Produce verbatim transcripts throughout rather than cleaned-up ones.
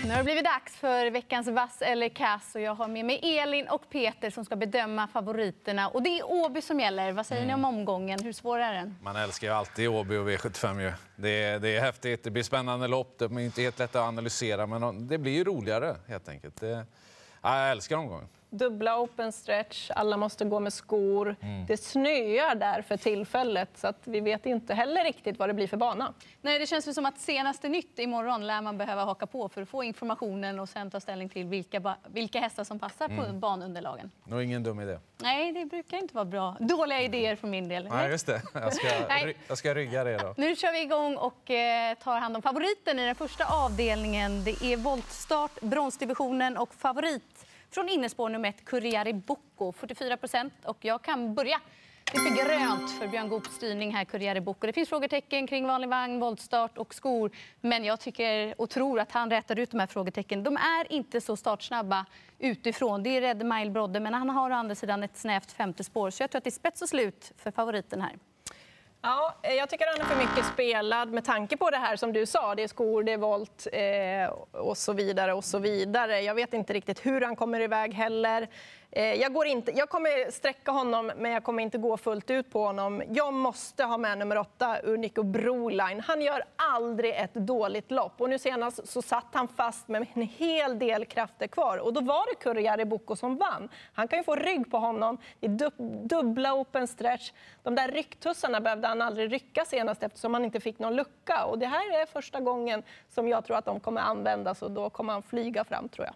Nu har det blivit dags för veckans vass eller kass och jag har med mig Elin och Peter som ska bedöma favoriterna. Och det är Åby som gäller. Vad säger mm. ni om omgången? Hur svår är den? Man älskar ju alltid Åby och V sjuttiofem ju. Det är, det är häftigt, det blir spännande lopp, det är inte helt lätt att analysera men det blir ju roligare helt enkelt. Det, ja, jag älskar omgången. Dubbla open stretch, alla måste gå med skor. Mm. Det snöar där för tillfället så att vi vet inte heller riktigt vad det blir för bana. Nej, det känns som att senaste nytt imorgon lär man behöva haka på för att få informationen och sen ta ställning till vilka, vilka hästar som passar mm. på banunderlagen. Nog ingen dum idé. Nej, det brukar inte vara bra. Dåliga idéer för min del. Nej, just det. Jag ska, jag ska rygga det då. Nu kör vi igång och eh, tar hand om favoriten i den första avdelningen. Det är voltstart, bronsdivisionen och favorit från innespår nummer ett, Kurriari Bocco, fyrtiofyra procent. Och jag kan börja. Det är grönt för Björn Goops styrning här, Kurriari Bocco. Det finns frågetecken kring vanlig vagn, voltstart och skor. Men jag tycker och tror att han rätar ut de här frågetecken. De är inte så startsnabba utifrån. Det är Red Mile Brodde, men han har å andra sidan ett snävt femte spår. Så jag tror att det är spets och slut för favoriten här. Ja, jag tycker han är för mycket spelad med tanke på det här som du sa. Det är skor, det är volt eh, och så vidare och så vidare. Jag vet inte riktigt hur han kommer iväg heller. Eh, jag, går inte, jag kommer sträcka honom men jag kommer inte gå fullt ut på honom. Jag måste ha med nummer åtta, Unico Broline. Han gör aldrig ett dåligt lopp. Och nu senast så satt han fast med en hel del krafter kvar. Och då var det Kurriari Bocco som vann. Han kan ju få rygg på honom. Det är dub- dubbla open stretch. De där rycktussarna behövde han aldrig rycka senast eftersom han inte fick någon lucka. Och det här är första gången som jag tror att de kommer användas och då kommer han flyga fram tror jag.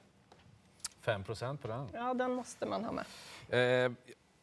fem procent på den. Ja, den måste man ha med. Eh,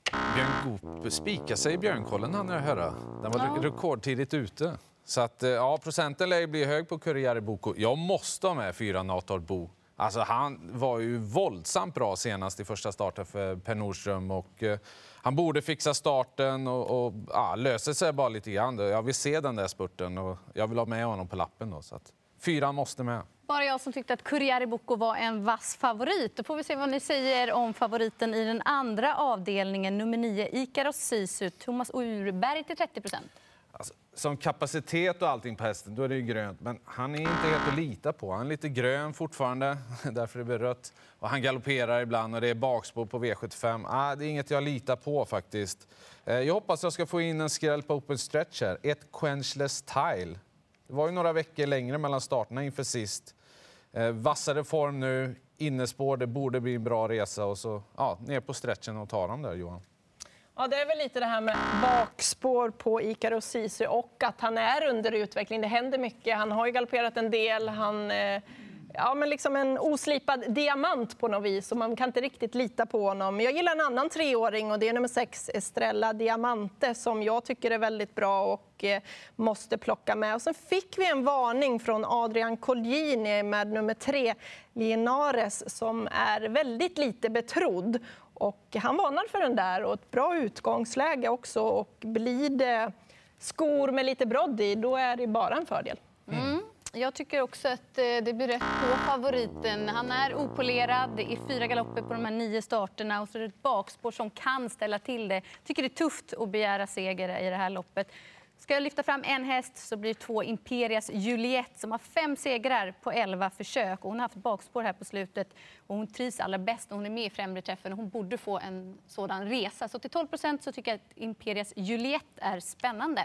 Björn Goop spikar sig i Björnkollen han jag höra. Den var ja. rekordtidigt ute. Så att ja, procenten lär bli hög på Kurriari Bocco. Jag måste ha med fyra Nator Bo. Alltså han var ju våldsamt bra senast i första starten för Per Nordström och eh, han borde fixa starten och, och ja, löser sig bara lite grann. Jag vill se den där spurten och jag vill ha med honom på lappen då så att fyra måste med. Bara jag som tyckte att Kurriari Bocco var en vass favorit. Då får vi se vad ni säger om favoriten i den andra avdelningen. Nummer nio, Ikaros Sisu, Thomas Urberg till trettio procent. Alltså, som kapacitet och allting på hästen, då är det ju grönt. Men han är inte helt att lita på. Han är lite grön fortfarande, därför det blir rött. Och han galopperar ibland och det är bakspår på V sjuttiofem. Ah, det är inget jag litar på faktiskt. Eh, jag hoppas jag ska få in en skräll på open stretch här. Ett Quenchless Tile. Det var ju några veckor längre mellan starterna inför sist. Eh, vassare form nu, innespår, det borde bli en bra resa. Och så ja, ner på stretchen och ta dem där, Johan. Ja, det är väl lite det här med bakspår på Ikaros Sisu och att han är under utveckling. Det händer mycket. Han har ju galopperat en del. Han eh, ja, men liksom en oslipad diamant på något vis. Och man kan inte riktigt lita på honom. Jag gillar en annan treåring och det är nummer sex, Estrella Diamante, som jag tycker är väldigt bra och eh, måste plocka med. Och sen fick vi en varning från Adrian Colgjini med nummer tre, Linares, som är väldigt lite betrodd. Och han varnar för den där och ett bra utgångsläge också. Och blir det skor med lite brodd i, då är det bara en fördel. Mm. Jag tycker också att det blir rätt på favoriten. Han är opolerad, det är fyra galopper på de här nio starterna och så är det ett bakspår som kan ställa till det. Jag tycker det är tufft att begära seger i det här loppet. Ska jag lyfta fram en häst så blir det två Imperias Juliette som har fem segrar på elva försök. Och hon har haft bakspår här på slutet och hon trivs allra bäst och hon är med i främre träffen och hon borde få en sådan resa. Så till tolv procent så tycker jag att Imperias Juliette är spännande.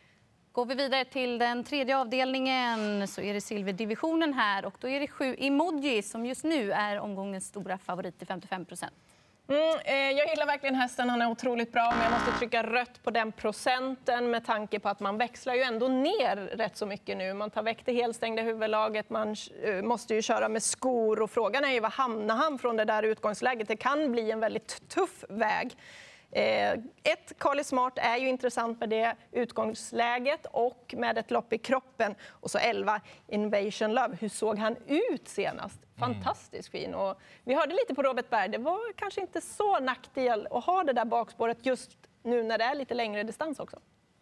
Går vi vidare till den tredje avdelningen så är det silverdivisionen här och då är det sju Emoji som just nu är omgångens stora favorit till femtiofem procent. Mm, eh, jag gillar verkligen hästen, han är otroligt bra men jag måste trycka rött på den procenten med tanke på att man växlar ju ändå ner rätt så mycket nu. Man tar väck det helstängda huvudlaget, man eh, måste ju köra med skor och frågan är ju vad hamnar han från det där utgångsläget. Det kan bli en väldigt tuff väg. Eh, ett Carly Smart är ju intressant med det utgångsläget och med ett lopp i kroppen. Och så elva Invasion Love. Hur såg han ut senast? Fantastiskt fin. Och vi hörde lite på Robert Berg. Det var kanske inte så nackdel att ha det där bakspåret just nu när det är lite längre distans också.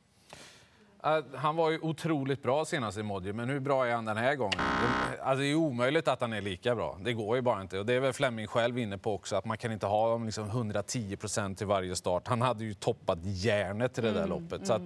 Han var ju otroligt bra senast i Emoji, men hur bra är han den här gången? Alltså det är omöjligt att han är lika bra. Det går ju bara inte. Och det är väl Fleming själv inne på också, att man kan inte ha dem liksom hundratio procent till varje start. Han hade ju toppat järnet till det där mm, loppet. Så att,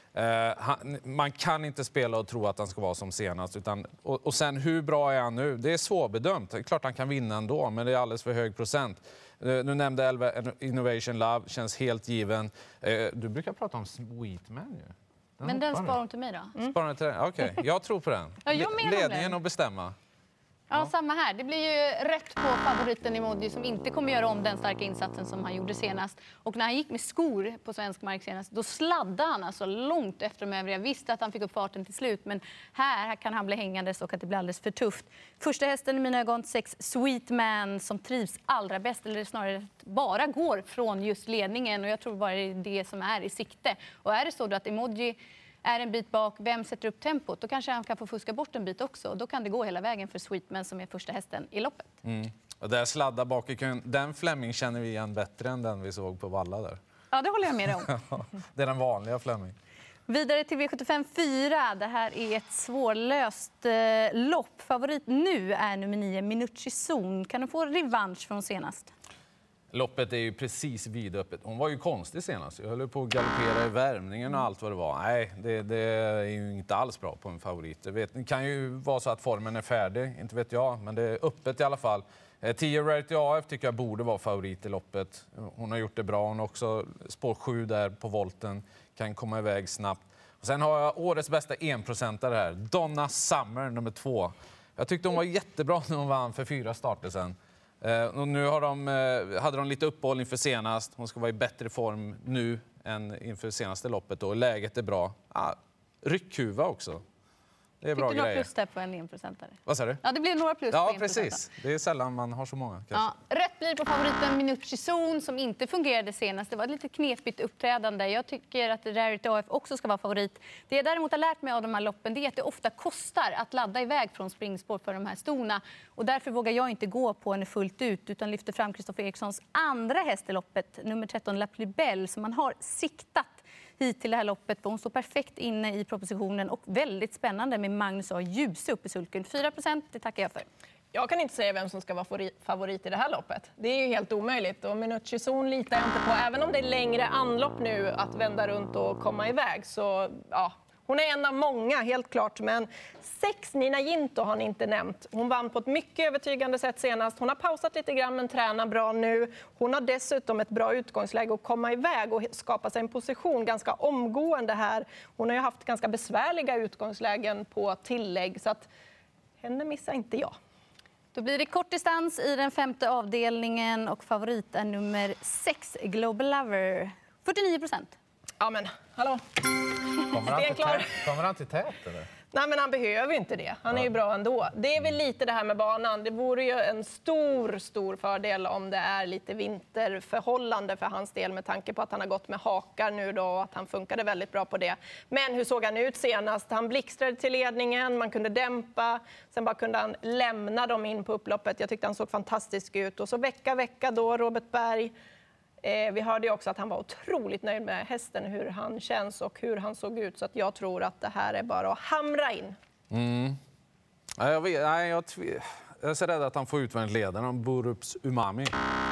Uh, han, man kan inte spela och tro att han ska vara som senast. Utan, och, och sen hur bra är han nu? Det är svårbedömt. Det är klart han kan vinna ändå, men det är alldeles för hög procent. Uh, nu nämnde elva Innovation Love, känns helt given. Uh, du brukar prata om Sweetman ju. Den men den sparar till mig då? Mm. Sparar till den? Okej, okay. Jag tror på den. Ja, jag menar ledningen det. Och bestämma. Ja, ja, samma här. Det blir ju rätt på favoriten Emoji som inte kommer göra om den starka insatsen som han gjorde senast. Och när han gick med skor på svensk mark senast, då sladdade han alltså långt efter de övriga. Visste att han fick upp farten till slut, men här, här kan han bli hängandes och att det blir alldeles för tufft. Första hästen i mina ögon, sex Sweetman, som trivs allra bäst, eller snarare bara går från just ledningen. Och jag tror bara det är det som är i sikte. Och är det så då att Emoji är en bit bak, vem sätter upp tempot? Då kanske han kan få fuska bort en bit också. Då kan det gå hela vägen för Sweetman som är första hästen i loppet. Mm. Och där sladdar bak i kön. Den Fleming känner vi igen bättre än den vi såg på Valla där. Ja, det håller jag med om. Det är den vanliga Fleming. Vidare till V sjuttiofem fyra. Det här är ett svårlöst eh, lopp. Favorit nu är nummer nio, Minucci Zon. Kan du få revansch från senast? Loppet är ju precis vidöppet. Hon var ju konstig senast. Jag höll på att galoppera i värmningen och allt vad det var. Nej, det, det är ju inte alls bra på en favorit. Det, vet, det kan ju vara så att formen är färdig, inte vet jag. Men det är öppet i alla fall. tio Rarity A F tycker jag borde vara favorit i loppet. Hon har gjort det bra. Hon har också spår sju där på volten. Kan komma iväg snabbt. Och sen har jag årets bästa enprocentare här. Donna Summer, nummer två. Jag tyckte hon var jättebra när hon vann för fyra starter sen. Uh, och nu har de, uh, hade de lite uppehåll inför senast. Hon ska vara i bättre form nu än inför senaste loppet. Då. Läget är bra. Ah, ryckhuva också. Det är bra grejer. Fick du några grejer. plus där på en enprocentare? Vad sa du? Ja, det blir några plus ja, på en procentare. precis. Det är sällan man har så många. Ja, rätt blir på favoriten Minucci Zon som inte fungerade senast. Det var ett lite knepigt uppträdande. Jag tycker att Rarity A F också ska vara favorit. Det jag däremot har lärt mig av de här loppen det är att det ofta kostar att ladda iväg från springspår för de här stona. Och därför vågar jag inte gå på henne fullt ut utan lyfter fram Kristoffer Erikssons andra häst i loppet, nummer tretton La Plus Belle, som man har siktat hit till det här loppet. Hon står perfekt inne i propositionen och väldigt spännande med Magnus A. Djuse upp i sulken. fyra procent, det tackar jag för. Jag kan inte säga vem som ska vara favorit i det här loppet. Det är ju helt omöjligt. Och Minucci Zon litar jag inte på. Även om det är längre anlopp nu att vända runt och komma iväg. Så ja, hon är en av många, helt klart. Men sex Nina Ginto har ni inte nämnt. Hon vann på ett mycket övertygande sätt senast. Hon har pausat lite grann men tränar bra nu. Hon har dessutom ett bra utgångsläge att komma iväg och skapa sig en position ganska omgående här. Hon har ju haft ganska besvärliga utgångslägen på tillägg. Så att henne missar inte jag. Då blir det kort distans i den femte avdelningen och favorit är nummer sex, Global Lover. fyrtionio procent. Ja men, hallå. Kommer han, till tät, kommer han till tät eller? Nej, men han behöver inte det. Han är ju bra ändå. Det är väl lite det här med banan. Det vore ju en stor, stor fördel om det är lite vinterförhållande för hans del med tanke på att han har gått med hakar nu då och att han funkade väldigt bra på det. Men hur såg han ut senast? Han blixtrade till ledningen, man kunde dämpa, sen bara kunde han lämna dem in på upploppet. Jag tyckte han såg fantastisk ut. Och så vecka, vecka då, Robert Berg. Eh, vi hörde ju också att han var otroligt nöjd med hästen, hur han känns och hur han såg ut. Så att jag tror att det här är bara att hamra in. Mm. Ja, jag, vet, nej, jag, jag är så rädd att han får utvändigt ledaren om Borups Umami.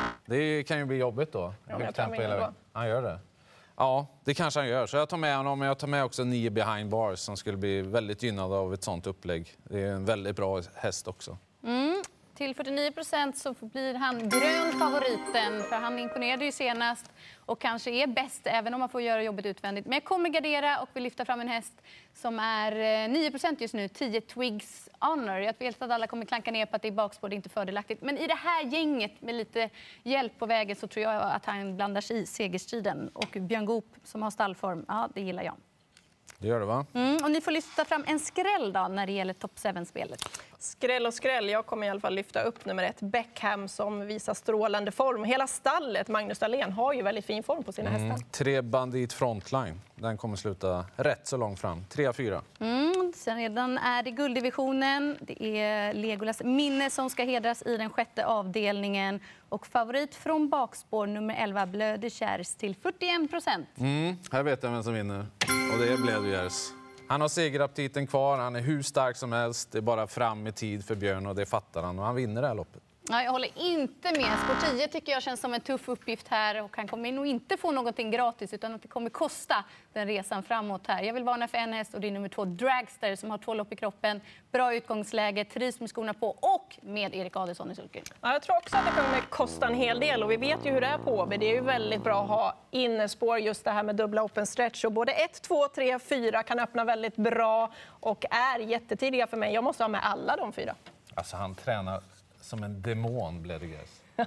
Det kan ju bli jobbigt då. Ja, jag tar hela han gör det. Ja, det kanske han gör. Så jag tar med honom, men jag tar med också nio Behind Bars som skulle bli väldigt gynnad av ett sånt upplägg. Det är en väldigt bra häst också. Mm. Till fyrtionio procent så blir han grön favoriten, för han imponerade ju senast och kanske är bäst även om man får göra jobbet utvändigt. Men jag kommer gardera och vill lyfta fram en häst som är nio procent just nu, tio Twigs Honor. Jag vet att alla kommer klanka ner på att det är bakspår, det är inte fördelaktigt. Men i det här gänget med lite hjälp på vägen så tror jag att han blandar sig i segerstriden. Och Björn Goop som har stallform, ja det gillar jag. Det gör det va? Mm, och ni får lyfta fram en skräll då när det gäller Top sju-spelet. Skräll och skräll. Jag kommer i alla fall lyfta upp nummer ett, Beckham, som visar strålande form. Hela stallet, Magnus Dahlén, har ju väldigt fin form på sina mm. hästar. Tre Bandit Frontline. Den kommer sluta rätt så långt fram. Tre av fyra. Mm, sen redan är det gulddivisionen. Det är Legolas minne som ska hedras i den sjätte avdelningen. Och favorit från bakspår, nummer elva, Blödekärrs till fyrtioen procent. Mm, här vet jag vem som vinner. Och det är Blödekärrs. Han har segeraptiten kvar, han är hur stark som helst. Det är bara fram i tid för Björn och det fattar han. Och han vinner det här loppet. Ja, jag håller inte med. Sport tio tycker jag känns som en tuff uppgift här och han kommer nog inte få någonting gratis utan att det kommer kosta den resan framåt här. Jag vill varna för en häst och det är nummer två Dragster som har två lopp i kroppen. Bra utgångsläge, trivs med skorna på och med Erik Adelsson i sulken. Ja, jag tror också att det kommer kosta en hel del och vi vet ju hur det är på Åby. Det är ju väldigt bra att ha innespår just det här med dubbla open stretch och både ett, två, tre, fyra kan öppna väldigt bra och är jättetidiga för mig. Jag måste ha med alla de fyra. Alltså han tränar som en demon, Bledegräs. Ja.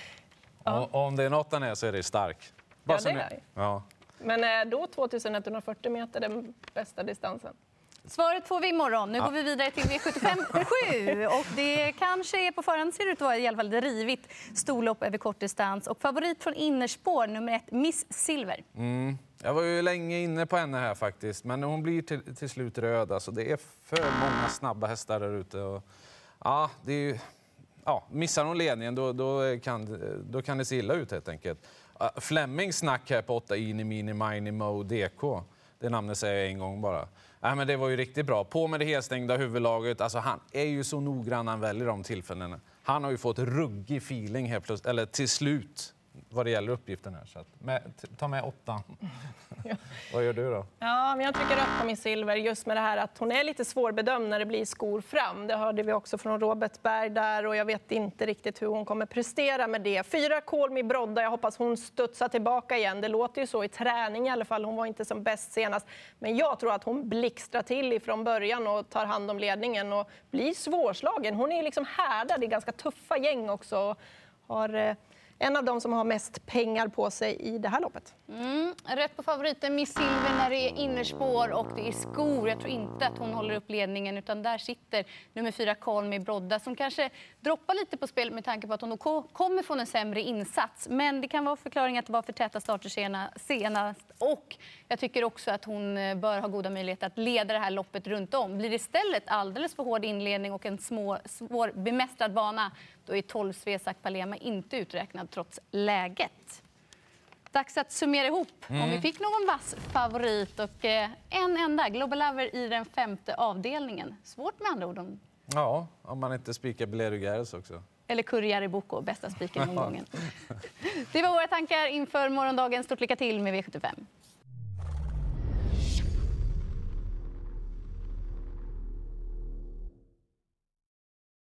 Och om det är något han är så är det stark. Bara Ja, det som är. ja. Men då tjugoett fyrtio meter den bästa distansen. Svaret får vi imorgon. Nu ja. går vi vidare till V sjuttiofem sju. Och det kanske är på förhand ser ut att vara i alla fall rivigt storlopp över kort distans. Och favorit från innerspår, nummer ett, Miss Silver. Mm. Jag var ju länge inne på henne här faktiskt. Men hon blir till, till slut röd. Alltså, det är för många snabba hästar där ute. Och, ja, det är ju, ja, missar hon ledningen då, då, kan, då kan det se illa ut helt enkelt. Flemings snack här på åtta Ini Mini Mini Mo D K. Det namnet säger jag en gång bara. Nej, men det var ju riktigt bra. På med det helstängda huvudlaget. Alltså, han är ju så noggrann han väljer de tillfällena. Han har ju fått ruggig feeling här plus, eller till slut vad det gäller uppgiften här. Så att, med, ta med åtta. Ja. Vad gör du då? Ja, men jag trycker upp på Miss Silver just med det här att hon är lite svårbedömd när det blir skor fram. Det hörde vi också från Robert Berg där och jag vet inte riktigt hur hon kommer prestera med det. Fyra Call Me Brodda, jag hoppas hon studsar tillbaka igen. Det låter ju så i träning i alla fall. Hon var inte som bäst senast. Men jag tror att hon blixtrar till ifrån början och tar hand om ledningen och blir svårslagen. Hon är liksom härdad i ganska tuffa gäng också och har en av dem som har mest pengar på sig i det här loppet. Mm, rätt på favoriten Miss Silver när det är innerspår och det är skor. Jag tror inte att hon håller upp ledningen utan där sitter nummer fyra Call Me Brodda som kanske droppar lite på spel med tanke på att hon kommer från en sämre insats. Men det kan vara förklaring att det var för täta starter senast och jag tycker också att hon bör ha goda möjligheter att leda det här loppet runt om. Blir det istället alldeles för hård inledning och en små, svår bemästrad bana då är tolv Svesak Palema inte uträknad trots läget. Dags att summera ihop mm. om vi fick någon vass favorit och eh, en enda Global Lover i den femte avdelningen. Svårt med andra ord. Om... Ja, om man inte spikar Bledegräs också. Eller Kurriari Boko, bästa spiken omgången. Det var våra tankar inför morgondagen. Stort lycka till med V sjuttiofem.